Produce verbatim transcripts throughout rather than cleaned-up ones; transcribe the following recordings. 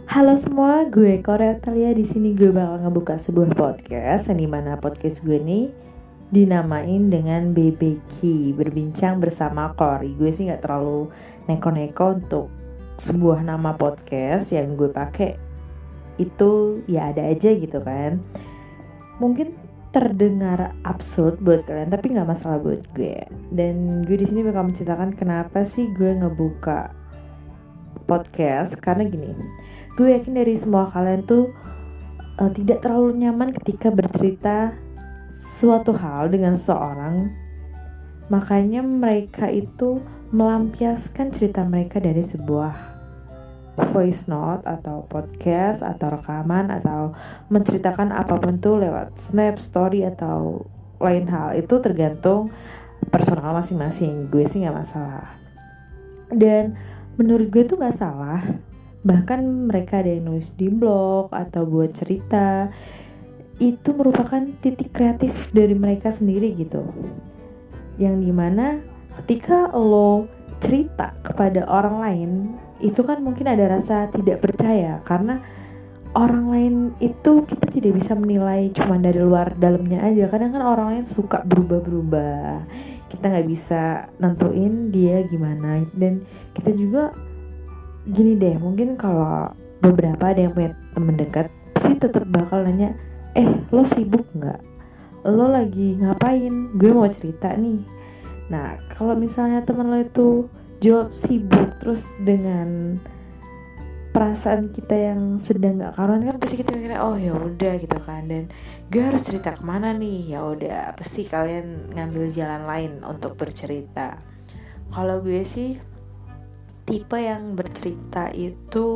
Halo semua, gue Korea Talia. Di sini gue bakal ngebuka sebuah podcast yang dimana podcast gue nih dinamain dengan B B Q, berbincang bersama Kori. Gue sih nggak terlalu neko-neko untuk sebuah nama podcast yang gue pakai itu ya ada aja gitu kan. Mungkin terdengar absurd buat kalian, tapi nggak masalah buat gue. Dan gue di sini bakal menceritakan kenapa sih gue ngebuka podcast, karena gini, gue yakin dari semua kalian tuh uh, tidak terlalu nyaman ketika bercerita suatu hal dengan seseorang. Makanya mereka itu melampiaskan cerita mereka dari sebuah voice note atau podcast atau rekaman atau menceritakan apapun tuh lewat snap, story atau lain hal. Itu tergantung personal masing-masing. Gue sih gak masalah. Dan menurut gue tuh gak salah. Bahkan mereka ada yang nulis di blog atau buat cerita, itu merupakan titik kreatif dari mereka sendiri gitu. Yang dimana ketika lo cerita kepada orang lain, itu kan mungkin ada rasa tidak percaya, karena orang lain itu kita tidak bisa menilai cuma dari luar dalamnya aja. Kadang kan orang lain suka berubah-berubah, kita gak bisa nentuin dia gimana. Dan kita juga gini deh, mungkin kalau beberapa ada yang punya temen dekat pasti tetap bakal nanya, eh lo sibuk nggak? Lo lagi ngapain? Gue mau cerita nih. Nah kalau misalnya temen lo itu jawab sibuk terus dengan perasaan kita yang sedang nggak karuan, kan pasti kita mikirnya oh ya udah gitu kan. Dan gue harus cerita kemana nih? Ya udah, pasti kalian ngambil jalan lain untuk bercerita. Kalau gue sih tipe yang bercerita itu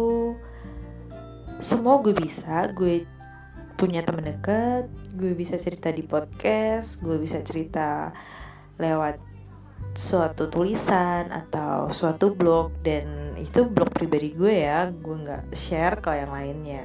semua gue bisa. Gue punya temen deket, gue bisa cerita di podcast, gue bisa cerita lewat suatu tulisan atau suatu blog. Dan itu blog pribadi gue ya, gue gak share ke yang lainnya.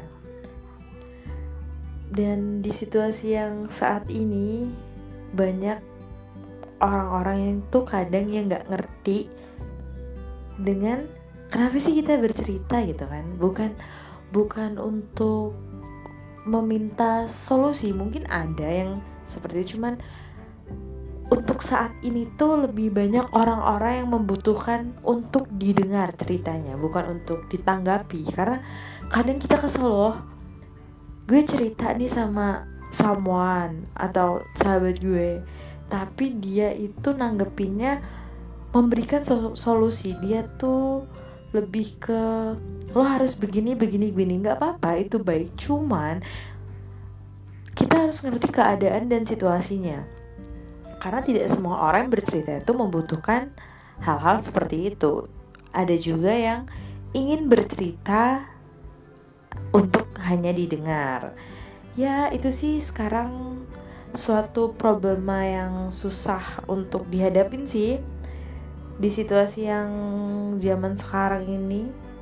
Dan di situasi yang saat ini banyak orang-orang yang tuh kadang yang gak ngerti dengan kenapa sih kita bercerita gitu kan. Bukan bukan untuk meminta solusi, mungkin ada yang seperti itu, cuman untuk saat ini tuh lebih banyak orang-orang yang membutuhkan untuk didengar ceritanya, bukan untuk ditanggapi. Karena kadang kita kesel loh, gue cerita nih sama someone atau sahabat gue, tapi dia itu nanggepinnya memberikan solusi. Dia tuh lebih ke lo harus begini begini begini. Nggak apa-apa, itu baik, cuman kita harus ngerti keadaan dan situasinya, karena tidak semua orang yang bercerita itu membutuhkan hal-hal seperti itu. Ada juga yang ingin bercerita untuk hanya didengar. Ya itu sih sekarang suatu problema yang susah untuk dihadapin sih di situasi yang zaman sekarang ini.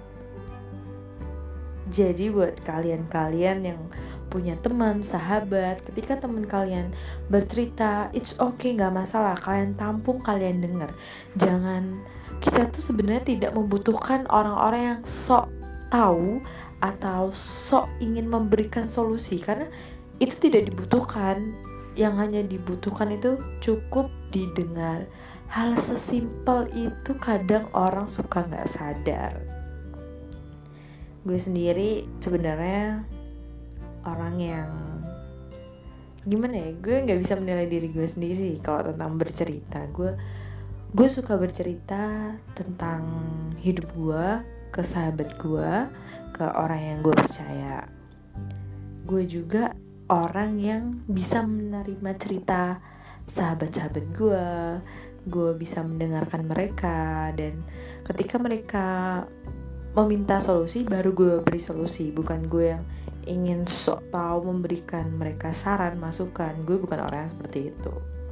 Jadi buat kalian-kalian yang punya teman, sahabat, ketika teman kalian bercerita, it's okay, gak masalah, kalian tampung, kalian dengar. Jangan, kita tuh sebenarnya tidak membutuhkan orang-orang yang sok tahu atau sok ingin memberikan solusi, karena itu tidak dibutuhkan. Yang hanya dibutuhkan itu cukup didengar. Hal sesimpel itu kadang orang suka gak sadar. Gue sendiri sebenarnya orang yang gimana ya, gue gak bisa menilai diri gue sendiri sih kalau tentang bercerita. Gue gue suka bercerita tentang hidup gue ke sahabat gue, ke orang yang gue percaya. Gue juga orang yang bisa menerima cerita sahabat-sahabat gue. Gue bisa mendengarkan mereka, dan ketika mereka meminta solusi baru gue beri solusi. Bukan gue yang ingin sok tahu memberikan mereka saran, masukan. Gue bukan orang yang seperti itu.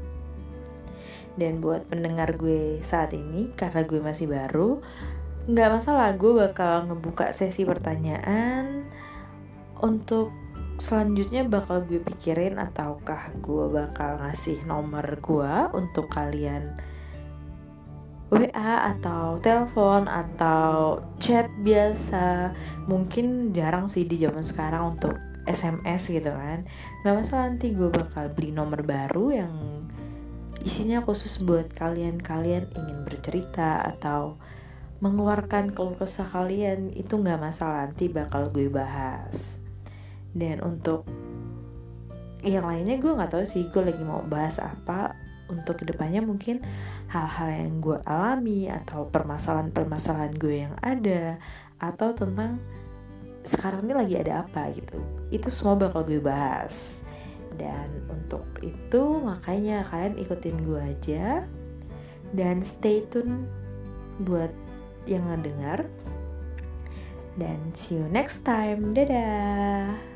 Dan buat pendengar gue saat ini, karena gue masih baru, gak masalah, gue bakal ngebuka sesi pertanyaan. Untuk selanjutnya bakal gue pikirin, ataukah gue bakal ngasih nomor gue untuk kalian W A atau telepon atau chat biasa. Mungkin jarang sih di zaman sekarang untuk S M S gitu kan. Gak masalah, nanti gue bakal beli nomor baru yang isinya khusus buat kalian-kalian ingin bercerita atau mengeluarkan keluh kesah kalian. Itu gak masalah, nanti bakal gue bahas. Dan untuk yang lainnya gue gak tahu sih gue lagi mau bahas apa. Untuk kedepannya mungkin hal-hal yang gue alami atau permasalahan-permasalahan gue yang ada, atau tentang sekarang ini lagi ada apa gitu. Itu semua bakal gue bahas. Dan untuk itu makanya kalian ikutin gue aja dan stay tune buat yang ngedengar. Dan see you next time. Dadah.